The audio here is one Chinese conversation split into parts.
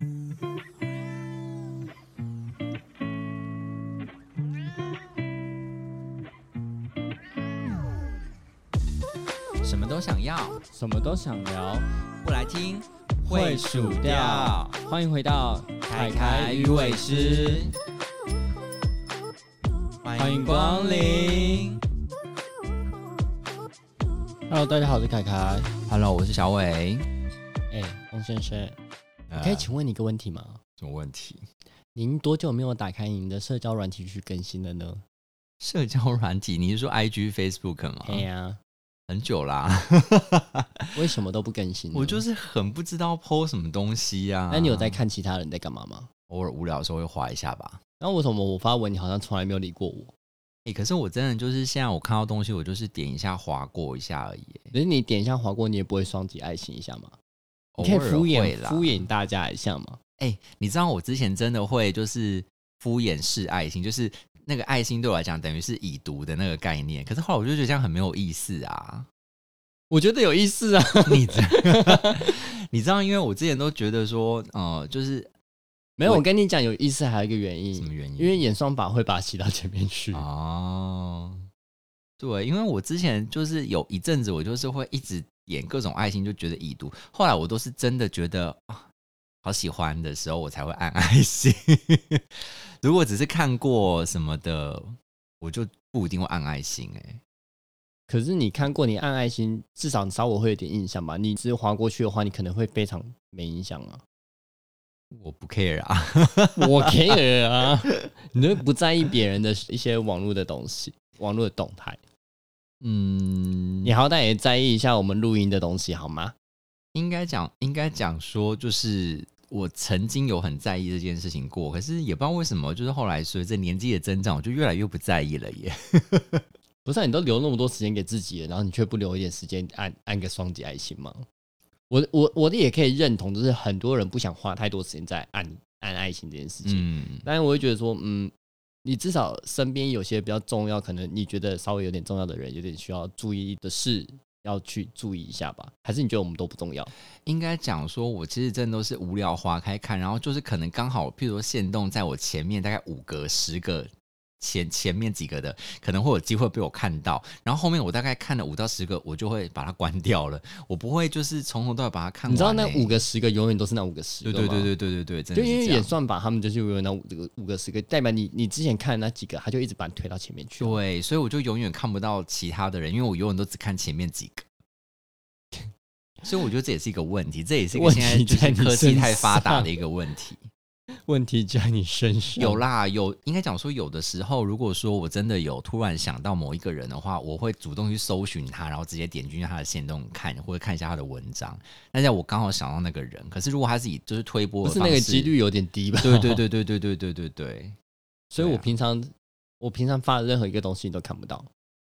什么都想要， 什么都想聊， 不来听会数掉。欢迎回到凯凯鱼尾狮， 欢迎光临。Hello， 大家好，我是凯凯。 Hello， 我是小伟。 翁先生，可以请问你一个问题吗？ 什么问题？ 您多久没有打开您的社交软体去更新了呢？ 社交软体，你是说 IG、Facebook 吗？ 对呀， 很久啦。 为什么都不更新呢？ 我就是很不知道 po 什么东西啊。 那你有在看其他人在干嘛吗？ 偶尔无聊的时候会滑一下吧。 那为什么我发文你好像从来没有理过我？ 可是我真的就是现在我看到东西，我就是点一下滑过一下而已。 可是你点一下滑过，你也不会双击爱心一下吗？你可以敷衍大家一下吗？ 你知道我之前真的会就是敷衍式爱心，就是那个爱心对我来讲等于是已读的那个概念。可是后来我就觉得这样很没有意思啊。 我觉得有意思啊。 你知道，因为我之前都觉得说，就是没有。我跟你讲，有意思还有一个原因。 什么原因？ 因为演算法会把它洗到前面去。 哦，对，因为我之前就是有一阵子，我就是会一直点各种爱心，就觉得已读。后来我都是真的觉得好喜欢的时候，我才会按爱心。如果只是看过什么的，我就不一定会按爱心。 可是你看过，你按爱心，至少稍微会有点印象吧？你只是划过去的话，你可能会非常没印象啊。 我不 care 啊。 我 care 啊。你会不在意别人的一些网络的东西，网络的动态。你好歹也在意一下我们录音的东西好吗？ 应该讲说，就是我曾经有很在意这件事情过，可是也不知道为什么，就是后来随着年纪的增长，我就越来越不在意了耶。 不是，你都留那么多时间给自己了，然后你却不留一点时间按个双击爱心吗？我的也可以认同，就是很多人不想花太多时间在按爱心这件事情。但是我会觉得说，你至少身边有些比较重要，可能你觉得稍微有点重要的人，有点需要注意的事，要去注意一下吧？还是你觉得我们都不重要？ 应该讲说，我其实真的都是无聊滑开看，然后就是可能刚好，譬如说限动在我前面大概5个、10个。前面几个的可能会有机会被我看到，然后后面我大概看了5到10个，我就会把它关掉了。我不会就是从头到尾把它看完。 你知道那5个10个永远都是那5个10个吗？ 对，真的是就因为演算法他们就是永远那5个10个，代表你之前看的那几个，他就一直把你推到前面去。 对，所以我就永远看不到其他的人，因为我永远都只看前面几个。所以我觉得这也是一个问题，这也是一个现在就是科技太发达的一个问题。 问题在你身上。 有啦，应该讲说有的时候，如果说我真的有突然想到某一个人的话，我会主动去搜寻他，然后直接点进去他的限动看，或者看一下他的文章。那这样我刚好想到那个人，可是如果他是以就是推播的方式， 不是那个几率有点低吧？ 对。 所以我平常发的任何一个东西你都看不到。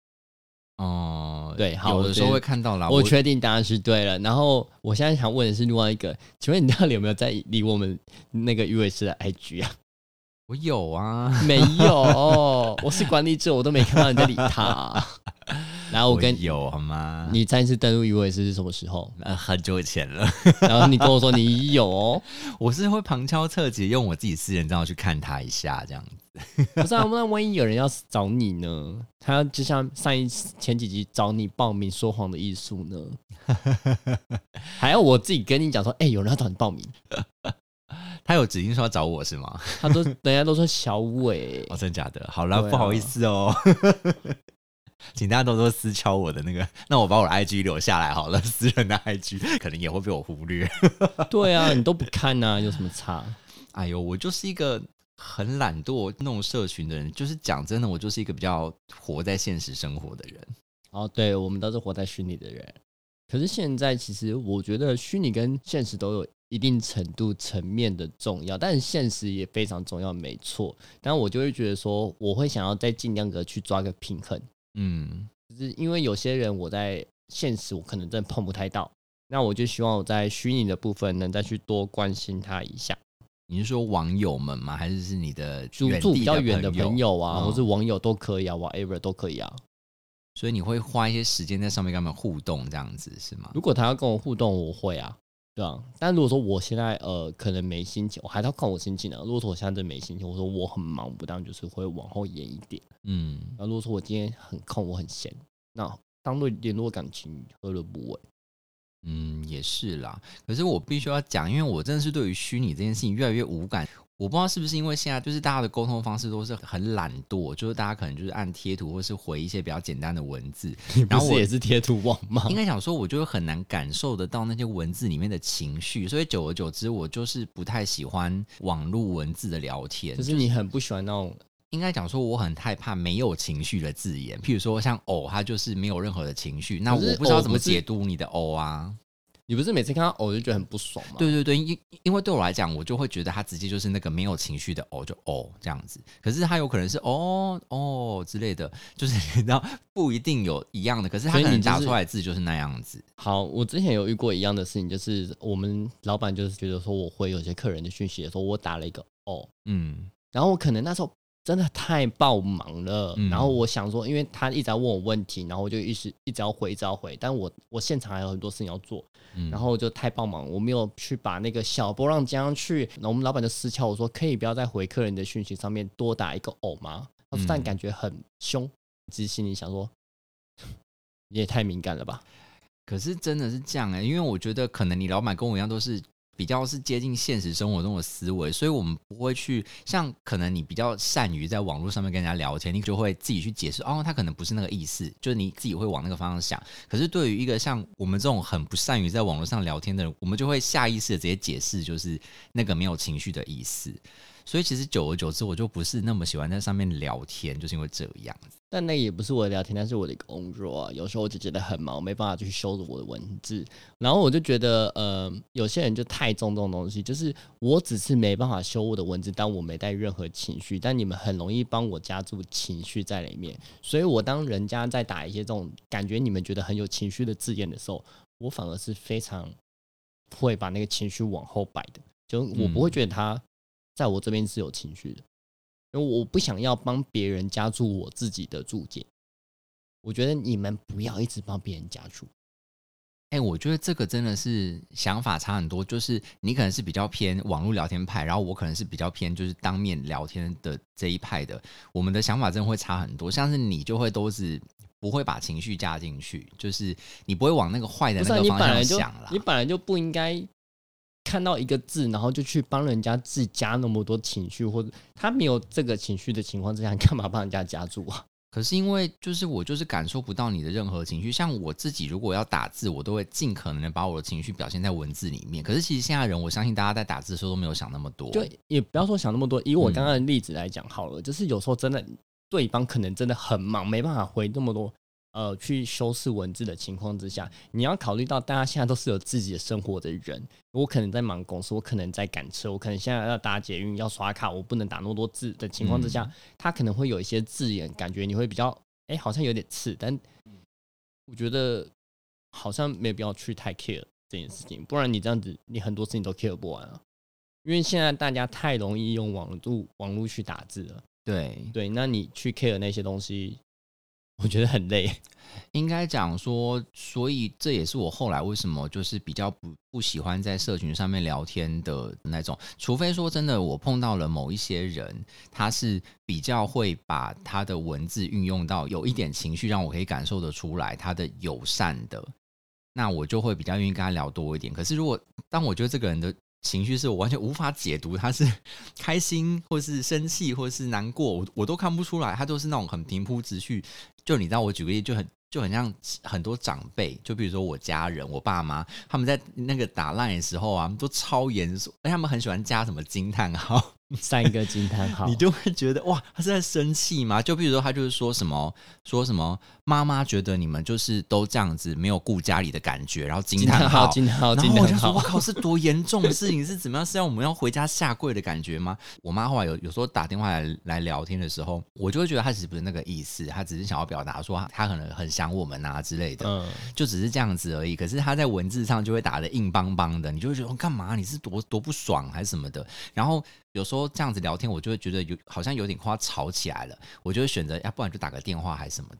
对，好，有的时候会看到啦。 我确定答案是对了。然后我现在想问的是另外一个，请问你到底有没有在理我们那个鱼尾狮的 IG 啊？ 我有啊。 没有。我是管理者，我都没看到你在理他。然后我有好吗？ 你上一次登录鱼尾狮是什么时候？ 很久以前了。 然后你跟我说你有哦。 我是会旁敲侧击用我自己私人账号去看他一下这样子。 不是啊，那万一有人要找你呢？他就像前几集找你报名说谎的艺术呢？还要我自己跟你讲说，有人要找你报名。 他有指定说要找我是吗？ 人家都说小伟。 真的假的？好了，不好意思哦。请大家多多私敲我的那个，那我把我的 IG 留下来好了，私人的 IG 可能也会被我忽略。 对啊，你都不看啊，有什么差？ 哎呦，我就是一个很懒惰弄社群的人，就是讲真的，我就是一个比较活在现实生活的人。 对，我们都是活在虚拟的人。可是现在其实我觉得虚拟跟现实都有一定程度层面的重要，但是现实也非常重要，没错。但我就会觉得说，我会想要再尽量的去抓个平衡。就是因为有些人我在现实我可能真的碰不太到，那我就希望我在虚拟的部分能再去多关心他一下。 你是说网友们吗？还是你的住比较远的朋友啊，或是网友都可以啊 ，whatever 都可以啊。 所以你会花一些时间在上面跟他们互动，这样子是吗？ 如果他要跟我互动，我会啊。 对啊，但如果说我现在可能没心情，我还是要看我心情啊。如果说我现在真的没心情，我说我很忙，我当然就是会往后延一点。那如果说我今天很空，我很闲，那当做联络感情，何乐不为？ 也是啦。可是我必须要讲，因为我真的是对于虚拟这件事情越来越无感。我不知道是不是因为现在就是大家的沟通方式都是很懒惰，就是大家可能就是按贴图或是回一些比较简单的文字。 你不是也是贴图网吗？ 应该想说，我就会很难感受得到那些文字里面的情绪，所以久而久之，我就是不太喜欢网络文字的聊天。 就是你很不喜欢那种。 应该讲说，我很害怕没有情绪的字眼，譬如说像偶，它就是没有任何的情绪，那我不知道怎么解读你的偶啊。 你不是每次看到偶就觉得很不爽吗？ 对对对，因为对我来讲，我就会觉得他直接就是那个没有情绪的偶，就偶这样子。可是他有可能是哦之类的，就是你知道不一定有一样的，可是他可能打出来的字就是那样子。 好，我之前有遇过一样的事情，就是我们老板就是觉得说我会有些客人的讯息的时候，我打了一个然后我可能那时候真的太爆忙了，然后我想说，因为他一直在问我问题，然后我就一直要回，但我现场还有很多事情要做，然后就太爆忙，我没有去把那个小波浪加上去。然后我们老板就私敲我说，可以不要在回客人的讯息上面多打一个偶吗？但感觉很凶，其实心里想说，你也太敏感了吧。 可是真的是这样因为我觉得可能你老板跟我一样都是比较是接近现实生活中的思维，所以我们不会去像可能你比较善于在网络上面跟人家聊天，你就会自己去解释他可能不是那个意思，就是你自己会往那个方向想。可是对于一个像我们这种很不善于在网络上聊天的人，我们就会下意识的直接解释就是那个没有情绪的意思。所以其实久而久之，我就不是那么喜欢在上面聊天，就是因为这样。 但那也不是我的聊天，那是我的一个工作啊。有时候我就觉得很忙，没办法去修我的文字，然后我就觉得，有些人就太重这种东西，就是我只是没办法修我的文字，但我没带任何情绪，但你们很容易帮我加注情绪在里面，所以我当人家在打一些这种感觉你们觉得很有情绪的字眼的时候，我反而是非常会把那个情绪往后摆的，就我不会觉得他在我这边是有情绪的。因为我不想要帮别人加注我自己的注解，我觉得你们不要一直帮别人加注。 我觉得这个真的是想法差很多，就是你可能是比较偏网络聊天派，然后我可能是比较偏就是当面聊天的这一派的，我们的想法真的会差很多。像是你就会都是不会把情绪加进去，就是你不会往那个坏的那个方向想啦。 你本来就不应该看到一个字，然后就去帮人家字加那么多情绪，或者他没有这个情绪的情况之下，你干嘛帮人家加注啊？ 可是因为就是我就是感受不到你的任何情绪，像我自己如果要打字，我都会尽可能的把我的情绪表现在文字里面。可是其实现在人，我相信大家在打字的时候都没有想那么多， 就也不要说想那么多。以我刚刚的例子来讲好了，就是有时候真的对方可能真的很忙，没办法回那么多。去修饰文字的情况之下，你要考虑到大家现在都是有自己的生活的人，我可能在忙公司，我可能在赶车，我可能现在要搭捷运要刷卡，我不能打那么多字的情况之下，他可能会有一些字眼，感觉你会比较好像有点刺，但我觉得好像没必要去太 care 这件事情，不然你这样子你很多事情都 care 不完啊。因为现在大家太容易用网络去打字了，对，那你去 care 那些东西，我觉得很累。 应该讲说，所以这也是我后来为什么就是比较不喜欢在社群上面聊天的那种，除非说真的我碰到了某一些人，他是比较会把他的文字运用到有一点情绪，让我可以感受得出来他的友善的，那我就会比较愿意跟他聊多一点。可是如果当我觉得这个人的情绪是我完全无法解读，他是开心或是生气或是难过，我都看不出来，他都是那种很平铺直叙。就你知道，我举个例，就很像很多长辈，就比如说我家人，我爸妈，他们在那个打LINE的时候啊，都超严肃，而且他们很喜欢加什么惊叹号 3个惊叹号， 你就会觉得哇，他是在生气吗？就比如说他就是说什么妈妈觉得你们就是都这样子，没有顾家里的感觉，然后惊叹号， 然后我就说我靠，是多严重的事情，是怎么样？是要我们要回家下跪的感觉吗？我妈后来有时候打电话来聊天的时候，我就会觉得她其实不是那个意思，她只是想要表达说她可能很想我们啊之类的，就只是这样子而已。可是她在文字上就会打得硬邦邦的，你就会觉得干嘛？你是多不爽还是什么的？然后有时候这样子聊天，我就会觉得好像有点快要吵起来了，我就会选择要不然就打个电话还是什么的。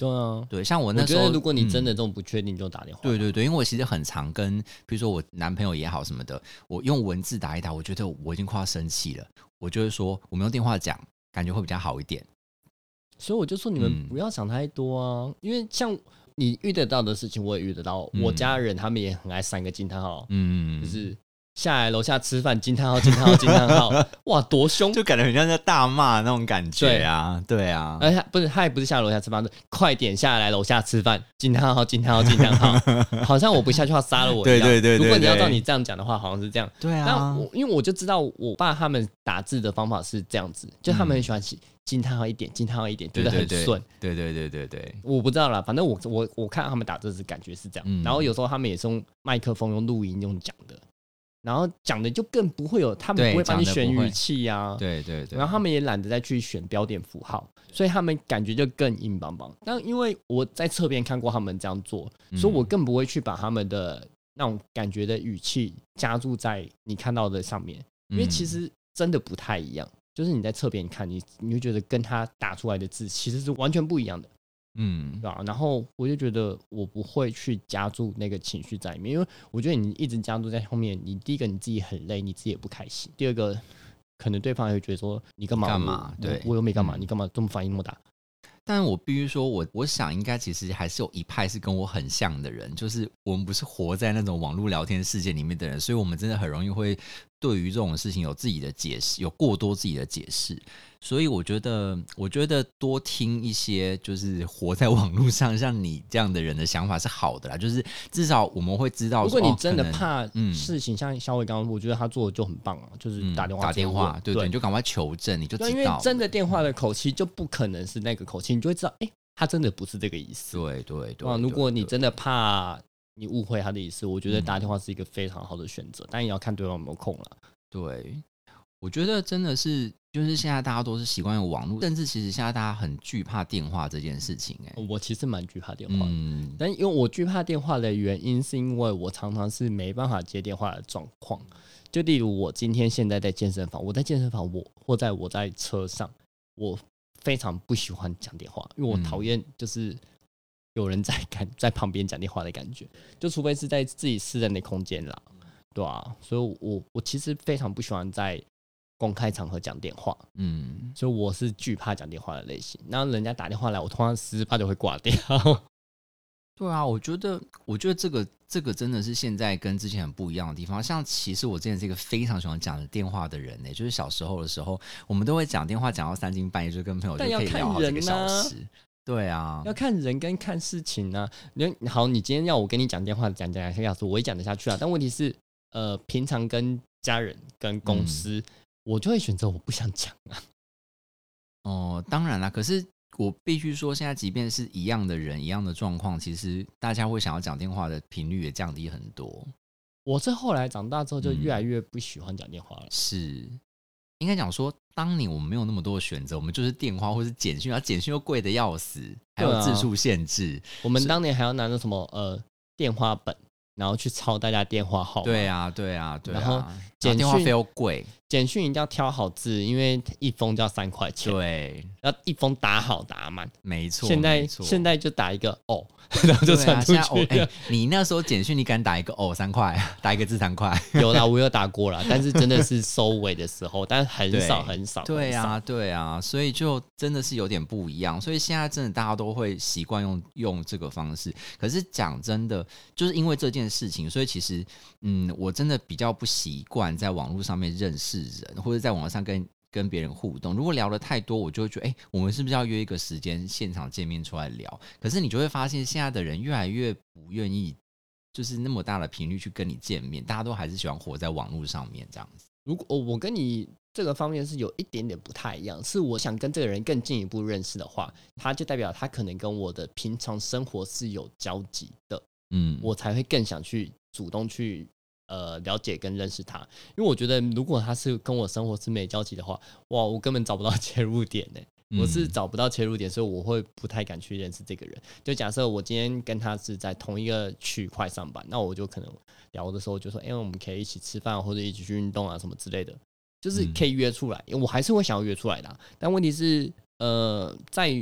对啊， 对，像我那时候， 我觉得如果你真的这种不确定，就打电话。 对对对，因为我其实很常跟，比如说我男朋友也好什么的，我用文字打一打，我觉得我已经快要生气了，我就会说我们用电话讲，感觉会比较好一点。 所以我就说你们不要想太多啊，因为像你遇得到的事情，我也遇得到。我家人他们也很爱3个惊叹号，就是下来楼下吃饭，惊叹号惊叹号惊叹号，哇，多凶， 就感觉很像在大骂那种感觉啊，对啊， 而且他也不是下楼下吃饭，是快点下来楼下吃饭，惊叹号惊叹号惊叹号，好像我不下去要杀了我一样。 对， 如果你要照你这样讲的话，好像是这样。 对啊， 那因为我就知道我爸他们打字的方法是这样子，就他们很喜欢写惊叹号一点，惊叹号一点，觉得很顺。 对， 我不知道啦，反正我看他们打字是感觉是这样。然后有时候他们也是用麦克风、用录音、用讲的。然后讲的就更不会有，他们不会帮你选语气啊， 对， 然后他们也懒得再去选标点符号，所以他们感觉就更硬邦邦。但因为我在侧边看过他们这样做，所以我更不会去把他们的那种感觉的语气加注在你看到的上面，因为其实真的不太一样。就是你在侧边看，你会觉得跟他打出来的字其实是完全不一样的。对吧？然后我就觉得我不会去加注那个情绪在里面，因为我觉得你一直加注在后面，你第一个你自己很累，你自己也不开心；第二个，可能对方也会觉得说你干嘛？对，我又没干嘛，你干嘛这么反应那么大？ 但我必须说，我想应该其实还是有一派是跟我很像的人，就是我们不是活在那种网络聊天世界里面的人，所以我们真的很容易会对于这种事情有自己的解释，有过多自己的解释。所以我觉得多听一些就是活在网络上像你这样的人的想法是好的啦，就是至少我们会知道说， 如果你真的怕事情，像肖伟刚刚，我觉得他做的就很棒啊，就是打电话， 对，你就赶快求证，你就知道， 因为真的电话的口气就不可能是那个口气，你就会知道，他真的不是这个意思。 对， 如果你真的怕你误会他的意思，我觉得打电话是一个非常好的选择，但也要看对方有没有空了。 对，我觉得真的是，就是现在大家都是习惯用网络，甚至其实现在大家很惧怕电话这件事情。 我其实蛮惧怕电话的，但因为我惧怕电话的原因，是因为我常常是没办法接电话的状况。就例如我今天现在在健身房，我在健身房，或在我在车上，我非常不喜欢讲电话，因为我讨厌就是有人在旁边讲电话的感觉，就除非是在自己私人的空间啦，对啊，所以我其实非常不喜欢在公开场合讲电话，所以我是惧怕讲电话的类型。然后人家打电话来，我通常10%就会挂掉。 对啊，我觉得这个真的是现在跟之前很不一样的地方。像其实我之前是一个非常喜欢讲电话的人就是小时候的时候，我们都会讲电话讲到3更半夜，就跟朋友就可以聊好几个小时。对啊， 要看人跟看事情啊。好，你今天要我跟你讲电话讲2个小时，我也讲得下去啊。但问题是，平常跟家人跟公司，我就会选择我不想讲啊。 当然啦，可是我必须说，现在即便是一样的人、一样的状况，其实大家会想要讲电话的频率也降低很多。 我是后来长大之后就越来越不喜欢讲电话了。 是，应该讲说，当年我们没有那么多的选择，我们就是电话或是简讯，然后简讯又贵的要死，还有字数限制。 我们当年还要拿着什么电话本，然后去抄大家电话号码。 对啊， 然后电话费又贵， 简讯一定要挑好字，因为一封就要3块钱。 对， 要一封打好打满。 没错。 现在就打一个然后就传出去。 你那时候简讯你敢打一个3块，打一个字3块？ 有啦，我有打过啦，但是真的是收尾的时候，但很少很少。 对啊，所以就真的是有点不一样。所以现在真的大家都会习惯用这个方式。可是讲真的，就是因为这件事情，所以其实我真的比较不习惯在网络上面认识人，或者在网络上跟别人互动。如果聊得太多，我就会觉得我们是不是要约一个时间现场见面出来聊？可是你就会发现现在的人越来越不愿意就是那么大的频率去跟你见面，大家都还是喜欢活在网络上面这样子。 如果我跟你这个方面是有一点点不太一样，是我想跟这个人更进一步认识的话，他就代表他可能跟我的平常生活是有交集的，我才会更想去主动去了解跟认识他。因为我觉得如果他是跟我生活是没交集的话，哇，我根本找不到切入点我是找不到切入点，所以我会不太敢去认识这个人。就假设我今天跟他是在同一个区块上班，那我就可能聊的时候就说我们可以一起吃饭或者一起去运动啊什么之类的，就是可以约出来。我还是会想要约出来的但问题是在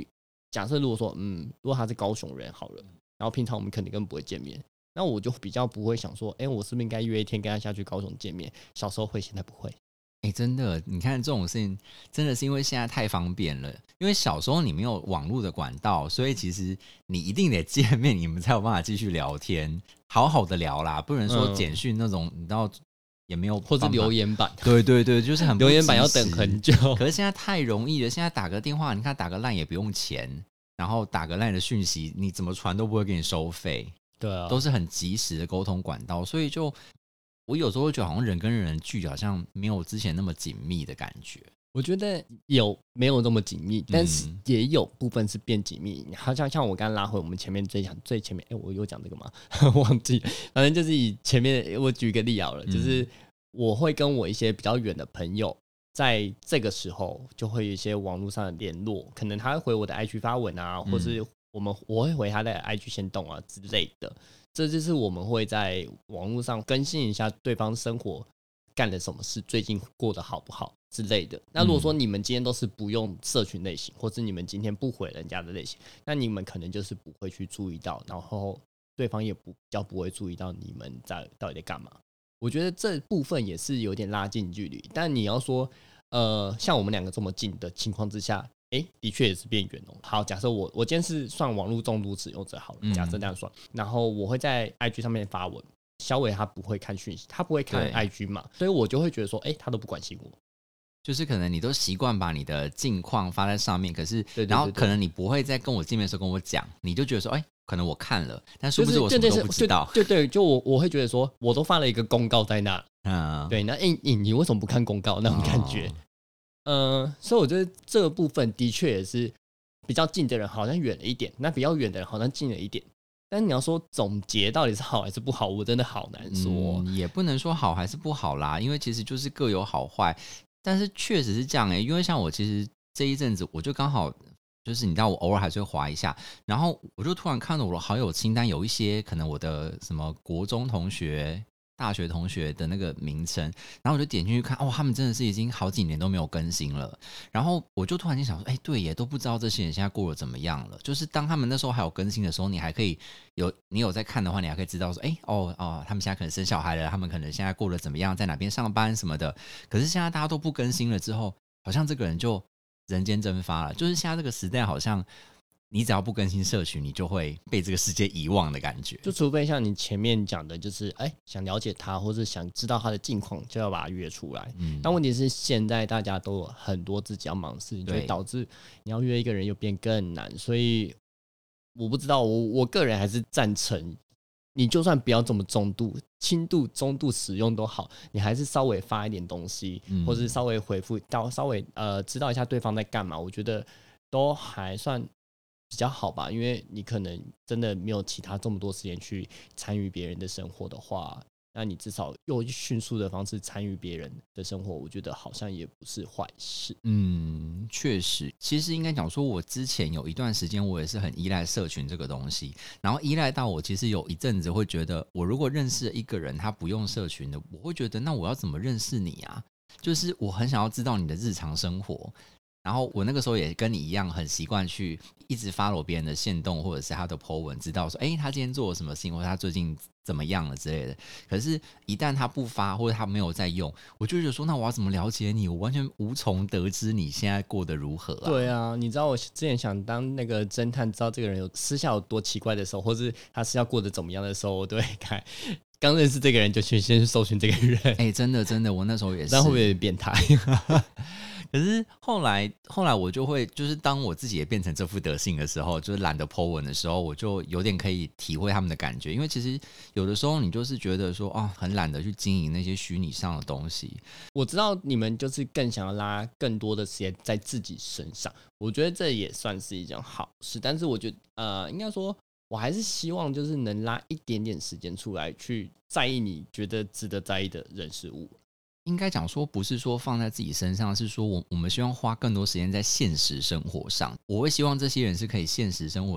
假设如果说如果他是高雄人好了，然后平常我们肯定根本不会见面，那我就比较不会想说，我是不是应该约一天跟他下去高雄见面？小时候会，现在不会。 真的，你看这种事情，真的是因为现在太方便了。因为小时候你没有网络的管道，所以其实你一定得见面，你们才有办法继续聊天，好好的聊啦，不能说简讯那种，你知道也没有， 或是留言板。 对对对，就是很不留言板要等很久。 可是现在太容易了，现在打个电话，你看打个LINE也不用钱，然后打个LINE的讯息，你怎么传都不会给你收费。 对啊， 都是很及时的沟通管道，所以就我有时候会觉得好像人跟人的距离好像没有之前那么紧密的感觉。 我觉得没有那么紧密，但是也有部分是变紧密。好像我刚刚拉回我们前面最前面，我有讲这个吗？忘记了，反正就是以前面我举个例好了，就是我会跟我一些比较远的朋友，在这个时候就会有一些网络上的联络，可能他会回我的 IG 发文啊，或是我会回他的 IG 限动啊之类的。这就是我们会在网络上更新一下对方生活干了什么事，最近过得好不好之类的。那如果说你们今天都是不用社群类型，或是你们今天不回人家的类型，那你们可能就是不会去注意到，然后对方也比较不会注意到你们到底在干嘛。我觉得这部分也是有点拉近距离，但你要说像我们两个这么近的情况之下，的确也是变远哦。好，假设我今天是算网络重度使用者好了，假设这样算，然后我会在 IG 上面发文，小伟他不会看讯息，他不会看 IG 嘛，所以我就会觉得说，他都不关心我。 就是可能你都习惯把你的近况发在上面，可是对， 然后可能你不会在跟我见面的时候跟我讲，你就觉得说，可能我看了，但殊不知我什么都不知道。 对，就我会觉得说，我都发了一个公告在那，对，那你为什么不看公告那种感觉？所以我觉得这个部分的确也是比较近的人好像远了一点，那比较远的人好像近了一点。但你要说总结到底是好还是不好，我真的好难说。 也不能说好还是不好啦，因为其实就是各有好坏。但是确实是这样因为像我其实这一阵子我就刚好就是你知道我偶尔还是会滑一下，然后我就突然看到我的好友清单有一些可能我的什么国中同学、大学同学的那个名称，然后我就点进去看，他们真的是已经好几年都没有更新了。然后我就突然间想说，对耶，都不知道这些人现在过得怎么样了。就是当他们那时候还有更新的时候，你还可以你有在看的话，你还可以知道说，他们现在可能生小孩了，他们可能现在过得怎么样，在哪边上班什么的。可是现在大家都不更新了之后，好像这个人就人间蒸发了。就是现在这个时代，好像你只要不更新社群，你就会被这个世界遗忘的感觉。 就除非像你前面讲的，就是想了解他，或是想知道他的近况，就要把他约出来。但问题是，现在大家都有很多自己要忙的事情，就会导致你要约一个人又变更难。所以我不知道，我个人还是赞成，你就算不要这么重度、轻度、中度使用都好，你还是稍微发一点东西，或是稍微回复到稍微知道一下对方在干嘛，我觉得都还算比较好吧。因为你可能真的没有其他这么多时间去参与别人的生活的话，那你至少用迅速的方式参与别人的生活，我觉得好像也不是坏事。 确实，其实应该讲说，我之前有一段时间我也是很依赖社群这个东西，然后依赖到我其实有一阵子会觉得，我如果认识一个人他不用社群的，我会觉得那我要怎么认识你啊？就是我很想要知道你的日常生活。然后我那个时候也跟你一样，很习惯去一直 follow 别人的限动或者是他的 po 文，知道说他今天做了什么事情，或者他最近怎么样了之类的。可是一旦他不发或者他没有在用，我就觉得说，那我要怎么了解你？我完全无从得知你现在过得如何啊。 对啊，你知道我之前想当那个侦探，知道这个人有私下有多奇怪的时候，或是他私下过得怎么样的时候，我都会看。刚认识这个人就先去搜寻这个人。 真的我那时候也是。 那会不会有点变态？ 可是后来我就会，就是当我自己也变成这副德性的时候，就是懒得 po 文的时候，我就有点可以体会他们的感觉。因为其实有的时候你就是觉得说很懒得去经营那些虚拟上的东西。 我知道你们就是更想要拉更多的时间在自己身上，我觉得这也算是一件好事。但是我觉得应该说我还是希望就是能拉一点点时间出来去在意你觉得值得在意的人事物。 应该讲说不是说放在自己身上，是说我们希望花更多时间在现实生活上。我会希望这些人是可以现实生活中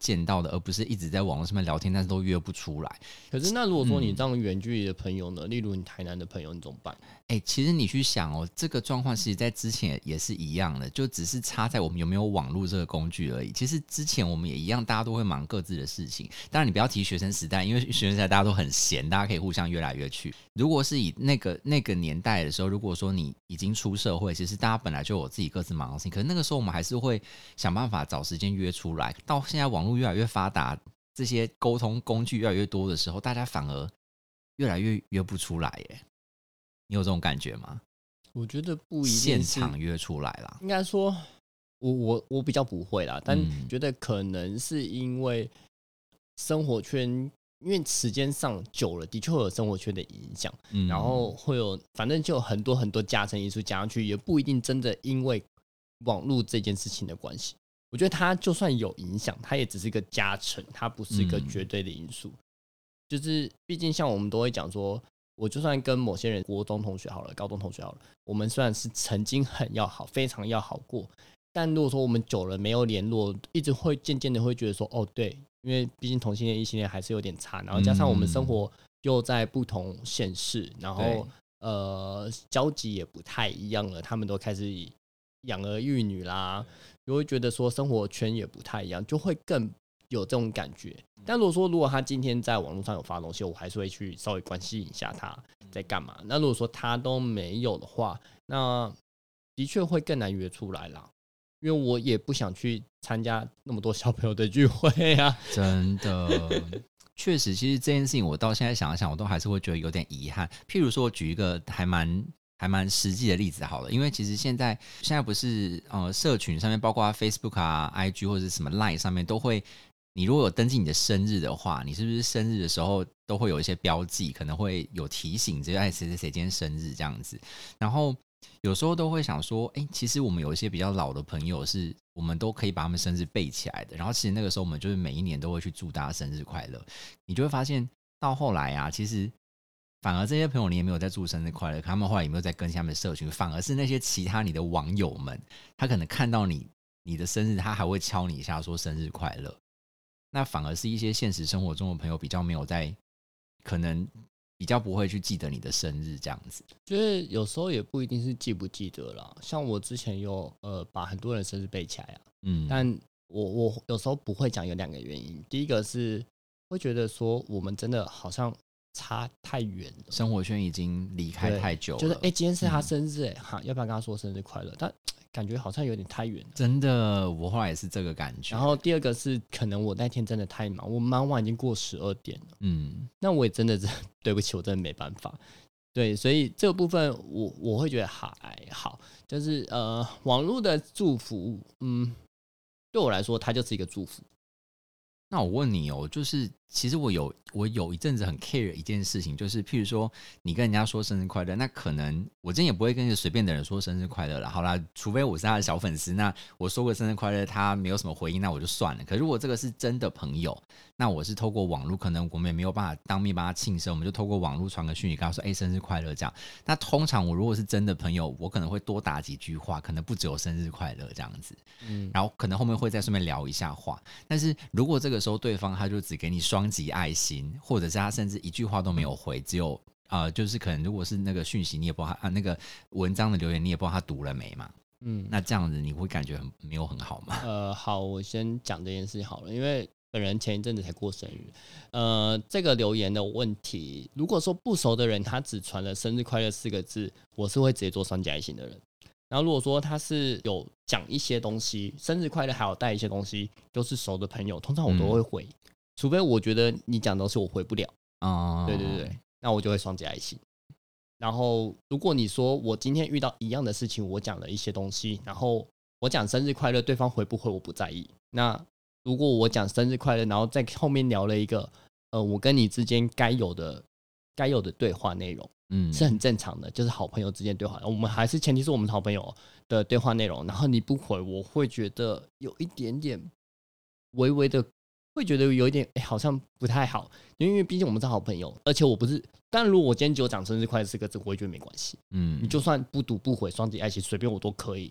见到的，而不是一直在网络上面聊天，但是都约不出来。 可是那如果说你这样远距离的朋友呢，例如你台南的朋友，你怎么办？ 其实你去想哦，这个状况其实在之前也是一样的，就只是差在我们有没有网络这个工具而已。其实之前我们也一样，大家都会忙各自的事情。当然你不要提学生时代，因为学生时代大家都很闲，大家可以互相约来约去。如果是以那个年代的时候，如果说你已经出社会，其实大家本来就有自己各自忙的事情，可是那个时候我们还是会想办法找时间约出来。到现在网络越来越发达，这些沟通工具越来越多的时候，大家反而越来越约不出来耶。你有这种感觉吗？ 我觉得不一定现场约出来啦， 应该说我比较不会啦，但觉得可能是因为生活圈，因为时间上久了，的确会有生活圈的影响，然后会有反正就有很多很多加成因素加上去，也不一定真的因为网络这件事情的关系。我觉得它就算有影响，它也只是一个加成，它不是一个绝对的因素。就是毕竟像我们都会讲说，我就算跟某些人国中同学好了，高中同学好了，我们虽然是曾经很要好，非常要好过，但如果说我们久了没有联络，一直会渐渐的会觉得说，哦，对，因为毕竟同性恋、异性恋还是有点差，然后加上我们生活又在不同县市，然后交集也不太一样了，他们都开始养儿育女啦，就会觉得说生活圈也不太一样，就会更有这种感觉。但如果他今天在网络上有发东西，我还是会去稍微关心一下他在干嘛。那如果说他都没有的话，那的确会更难约出来啦。因为我也不想去参加那么多小朋友的聚会啊。 真的，确实，其实这件事情我到现在想想，我都还是会觉得有点遗憾。譬如说，我举一个还蛮实际的例子好了，因为其实现在不是社群上面，包括 Facebook 啊、IG 或者是什么 Line 上面都会。你如果有登记你的生日的话，你是不是生日的时候都会有一些标记，可能会有提醒，谁谁谁今天生日这样子。然后有时候都会想说，其实我们有一些比较老的朋友，是我们都可以把他们生日背起来的。然后其实那个时候我们就是每一年都会去祝大家生日快乐。你就会发现到后来啊，其实反而这些朋友你也没有在祝生日快乐，可他们后来也没有在更新他们的社群，反而是那些其他你的网友们，他可能看到你的生日，他还会敲你一下说生日快乐。那反而是一些现实生活中的朋友比较没有在，可能比较不会去记得你的生日这样子。 觉得有时候也不一定是记不记得啦，像我之前有把很多人生日背起来啊，但我有时候不会讲，有两个原因。第一个是会觉得说我们真的好像差太远了， 生活圈已经离开太久了， 就是今天是他生日要不要跟他说生日快乐？但感觉好像有点太远了， 真的，我后来也是这个感觉。 然后第二个是可能我那天真的太忙，我忙完已经过12点了，那我也真的是对不起，我真的没办法。对，所以这个部分我会觉得还好，就是网络的祝福，对我来说它就是一个祝福。 那我问你哦，就是其实我有一阵子很 care 一件事情，就是譬如说你跟人家说生日快乐，那可能我今天也不会跟一个随便的人说生日快乐了。好啦，除非我是他的小粉丝，那我说个生日快乐，他没有什么回应，那我就算了。可如果这个是真的朋友，那我是透过网络，可能我们也没有办法当面帮他庆生，我们就透过网络传个讯息跟他说，生日快乐这样。那通常我如果是真的朋友，我可能会多打几句话，可能不只有生日快乐这样子，然后可能后面会再顺便聊一下话。但是如果这个时候对方他就只给你双击爱心，或者是他甚至一句话都没有回，只有就是可能如果是那个讯息你也不知道他那个文章的留言你也不知道他读了没嘛，那这样子你会感觉没有很好吗？ 好，我先讲这件事好了，因为本人前一阵子才过生日，这个留言的问题，如果说不熟的人他只传了生日快乐4个字，我是会直接做双击爱心的人。然后如果说他是有讲一些东西，生日快乐还有带一些东西，都是熟的朋友，通常我都会回，除非我觉得你讲的东西我回不了，对对对，那我就会双击爱心。然后如果你说我今天遇到一样的事情，我讲了一些东西，然后我讲生日快乐，对方回不回我不在意。那如果我讲生日快乐，然后在后面聊了一个我跟你之间该有的对话内容，是很正常的，就是好朋友之间对话，我们还是前提是我们好朋友的对话内容，然后你不回，我会觉得有一点点微微的会觉得有一点好像不太好，因为毕竟我们是好朋友，而且我不是，但如果我今天只有讲生日快乐4个字，我会觉得没关系，你就算不读不回双击爱心随便我都可以。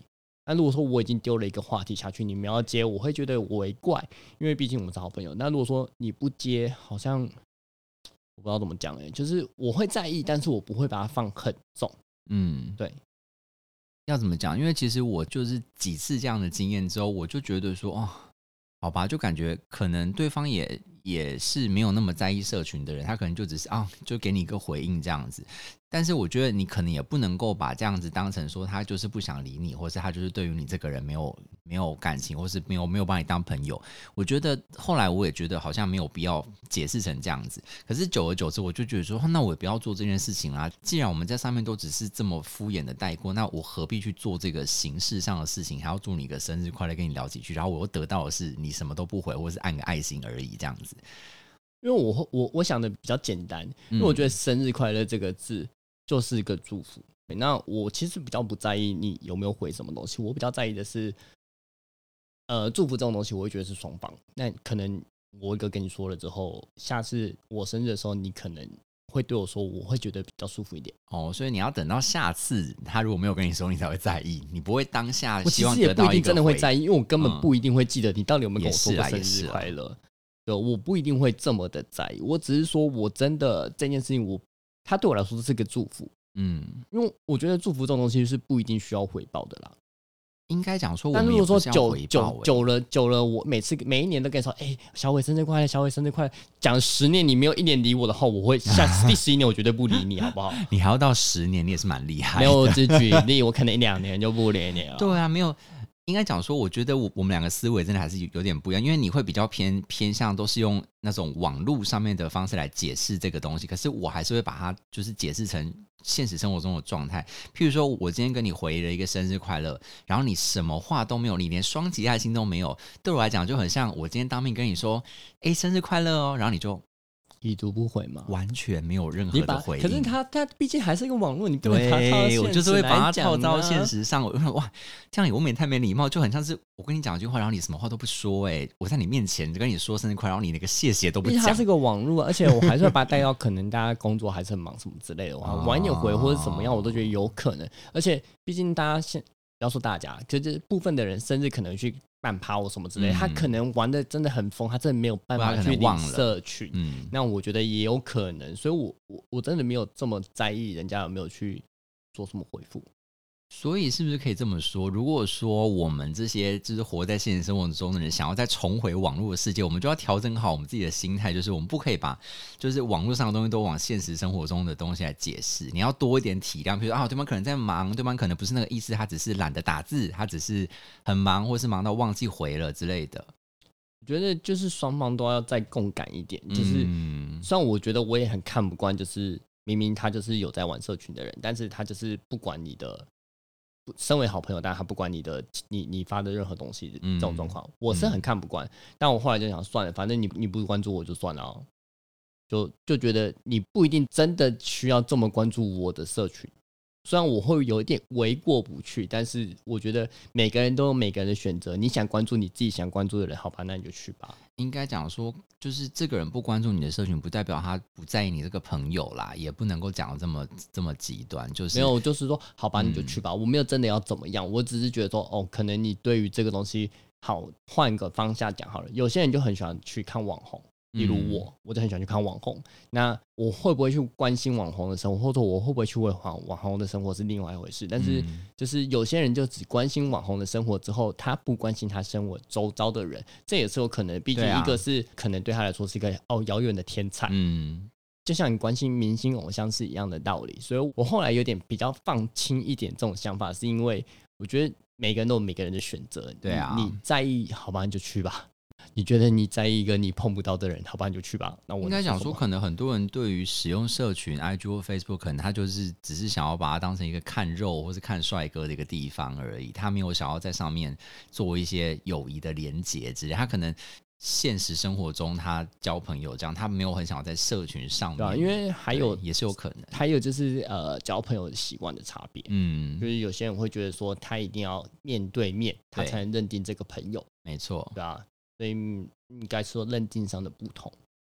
那如果说我已经丢了一个话题下去，你们要接，我会觉得为怪，因为毕竟我们是好朋友。那如果说你不接，好像我不知道怎么讲就是我会在意，但是我不会把它放很重。对。 要怎么讲？因为其实我就是几次这样的经验之后，我就觉得说，哦，好吧，就感觉可能对方也是没有那么在意社群的人，他可能就只是就给你一个回应这样子。但是我觉得你可能也不能够把这样子当成说他就是不想理你，或是他就是对于你这个人没有感情，或是没有把你当朋友。我觉得后来我也觉得好像没有必要解释成这样子。可是久而久之，我就觉得说，那我也不要做这件事情啦。既然我们在上面都只是这么敷衍的带过，那我何必去做这个形式上的事情，还要祝你个生日快乐，跟你聊几句，然后我又得到的是你什么都不回，或是按个爱心而已这样子。 因为我想的比较简单，因为我觉得生日快乐这个字就是一个祝福。那我其实比较不在意你有没有回什么东西，我比较在意的是，祝福这种东西，我会觉得是双方。那可能我一个跟你说了之后，下次我生日的时候，你可能会对我说，我会觉得比较舒服一点。 所以你要等到下次他如果没有跟你说，你才会在意，你不会当下我其实也不一定真的会在意，因为我根本不一定会记得你到底有没有跟我说过生日快乐。对，我不一定会这么的在意，我只是说我真的这件事情它对我来说是个祝福。因为我觉得祝福这种东西是不一定需要回报的啦。 应该讲说， 但如果说久了，我每一年都跟你说，小伟生日快乐，小伟生日快乐，讲10年你没有1年理我的话，我会下第11年我绝对不理你，好不好？ 你还要到10年，你也是蛮厉害的。 没有，只举例，我可能1-2年就不理你了。 对啊，没有。应该讲说，我觉得我们两个思维真的还是有点不一样，因为你会比较偏向都是用那种网络上面的方式来解释这个东西，可是我还是会把它就是解释成现实生活中的状态。譬如说我今天跟你回了一个生日快乐，然后你什么话都没有，你连双击爱心都没有，对我来讲就很像我今天当面跟你说生日快乐哦，然后你就已读不回吗？ 完全没有任何的回应。 可是他毕竟还是一个网络，你不能把它套到现实来讲啊。 我就是会把它套到现实上。我就说哇，这样我也太没礼貌，就很像是我跟你讲一句话，然后你什么话都不说。我在你面前跟你说生日快乐，然后你那个谢谢都不讲。 它是个网络，而且我还是会把它带到可能大家工作还是很忙什么之类的话，晚一点回或者怎么样，我都觉得有可能。而且毕竟大家不要说大家，就是部分的人生日可能去办趴或什么之类，他可能玩的真的很疯，他真的没有办法去理社群。那我觉得也有可能，所以我真的没有这么在意人家有没有去做什么回复。 所以是不是可以这么说，如果说我们这些就是活在现实生活中的人想要再重回网络的世界，我们就要调整好我们自己的心态，就是我们不可以把就是网络上的东西都往现实生活中的东西来解释，你要多一点体谅。比如说对方可能在忙，对方可能不是那个意思，他只是懒得打字，他只是很忙，或是忙到忘记回了之类的。 我觉得就是双方都要再共感一点，就是虽然我觉得我也很看不惯，就是明明他就是有在玩社群的人，但是他就是不管你的，身为好朋友，但他不管你的你发的任何东西，这种状况我是很看不惯。但我后来就想算了，反正你不关注我就算了，就觉得你不一定真的需要这么关注我的社群。虽然我会有一点为过不去，但是我觉得每个人都有每个人的选择。你想关注你自己想关注的人，好吧，那你就去吧。 应该讲说，就是这个人不关注你的社群，不代表他不在意你这个朋友啦，也不能够讲的这么极端。就是没有，就是说，好吧，你就去吧。我没有真的要怎么样，我只是觉得说，可能你对于这个东西，好，换个方向讲好了。有些人就很喜欢去看网红。例如我就很喜欢去看网红，那我会不会去关心网红的生活，或者我会不会去为网红的生活是另外一回事。但是就是有些人就只关心网红的生活之后，他不关心他生活周遭的人，这也是有可能。毕竟一个是可能对他来说是一个遥远的天才，就像你关心明星偶像是一样的道理。所以我后来有点比较放轻一点这种想法，是因为我觉得每个人都有每个人的选择。 对啊， 你在意好吧，你就去吧。你觉得你在意一个你碰不到的人，好吧，你就去吧。那我应该讲说，可能很多人对于使用社群 IG 或 Facebook， 可能他就是只是想要把它当成一个看肉或是看帅哥的一个地方而已，他没有想要在上面做一些友谊的连结之类。他可能现实生活中他交朋友这样，他没有很想要在社群上面。 对啊，因为还有也是有可能， 还有就是交朋友的习惯的差别。就是有些人会觉得说，他一定要面对面，他才能认定这个朋友。 没错， 对啊。所以应该说认定上的不同。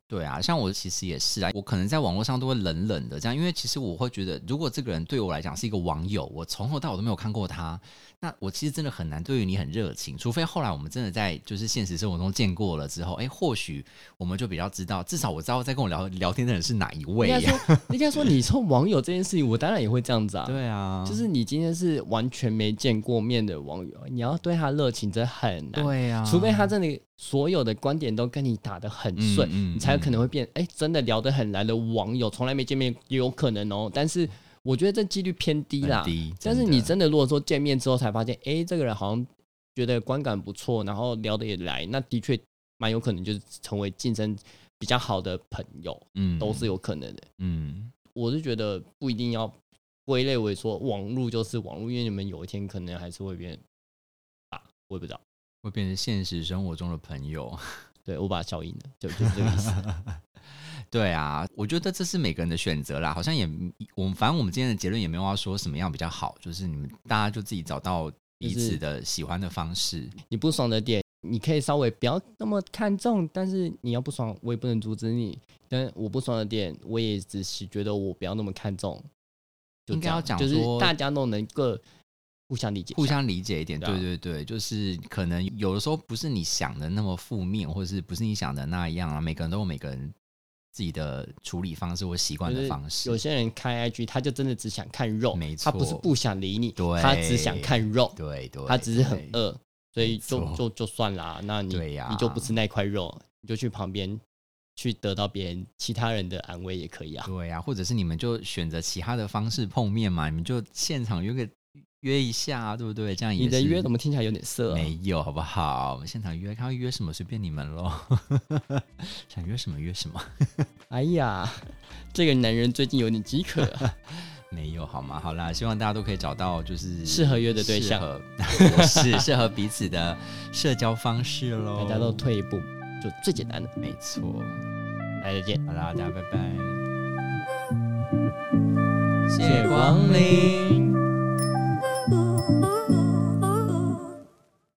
对啊，像我其实也是啊，我可能在网络上都会冷冷的这样，因为其实我会觉得，如果这个人对我来讲是一个网友，我从头到尾都没有看过他，那我其实真的很难对于你很热情，除非后来我们真的在就是现实生活中见过了之后，或许我们就比较知道，至少我知道在跟我聊天的人是哪一位呀。 应该说你说网友这件事情，我当然也会这样子啊。 对啊， 就是你今天是完全没见过面的网友，你要对他热情真的很难。 对啊， 除非他真的所有的观点都跟你打得很顺，你才有可能会变真的聊得很来的网友，从来没见面也有可能哦。但是我觉得这几率偏低啦。但是你真的如果说见面之后才发现，这个人好像觉得观感不错，然后聊得也来，那的确蛮有可能就是成为晋升比较好的朋友，都是有可能的。我是觉得不一定要归类为说网络就是网络，因为你们有一天可能还是会变我也不知道。 会变成现实生活中的朋友。 对，我把它消音了，就是这个意思。 对啊，我觉得这是每个人的选择啦，好像也反正我们今天的结论也没有要说什么样比较好，就是你们大家就自己找到彼此的喜欢的方式。 你不爽的点，你可以稍微不要那么看重，但是你要不爽，我也不能阻止你。但我不爽的点，我也只是觉得我不要那么看重。 应该要讲说， 就是大家都能够互相理解一点。 对对对，就是可能有的时候不是你想的那么负面，或者是不是你想的那样啊？每个人都有每个人自己的处理方式或习惯的方式。 有些人开 IG， 他就真的只想看肉， 没错， 他不是不想理你，他只想看肉， 对对， 他只是很饿，所以就算啦。那你就不是那块肉，你就去旁边去得到别人其他人的安慰也可以啊。 对啊，或者是你们就选择其他的方式碰面嘛，你们就现场约一下，对不对？这样也是。 你的约怎么听起来有点色啊？ 没有，好不好？现场约，看要约什么随便你们咯。想约什么约什么。 哎呀，这个男人最近有点饥渴啊。 没有好吗？好啦，希望大家都可以找到就是适合约的对象， 适合彼此的社交方式咯。 大家都退一步，就最简单的。 没错。 大家再见。 好啦，大家拜拜。谢光临。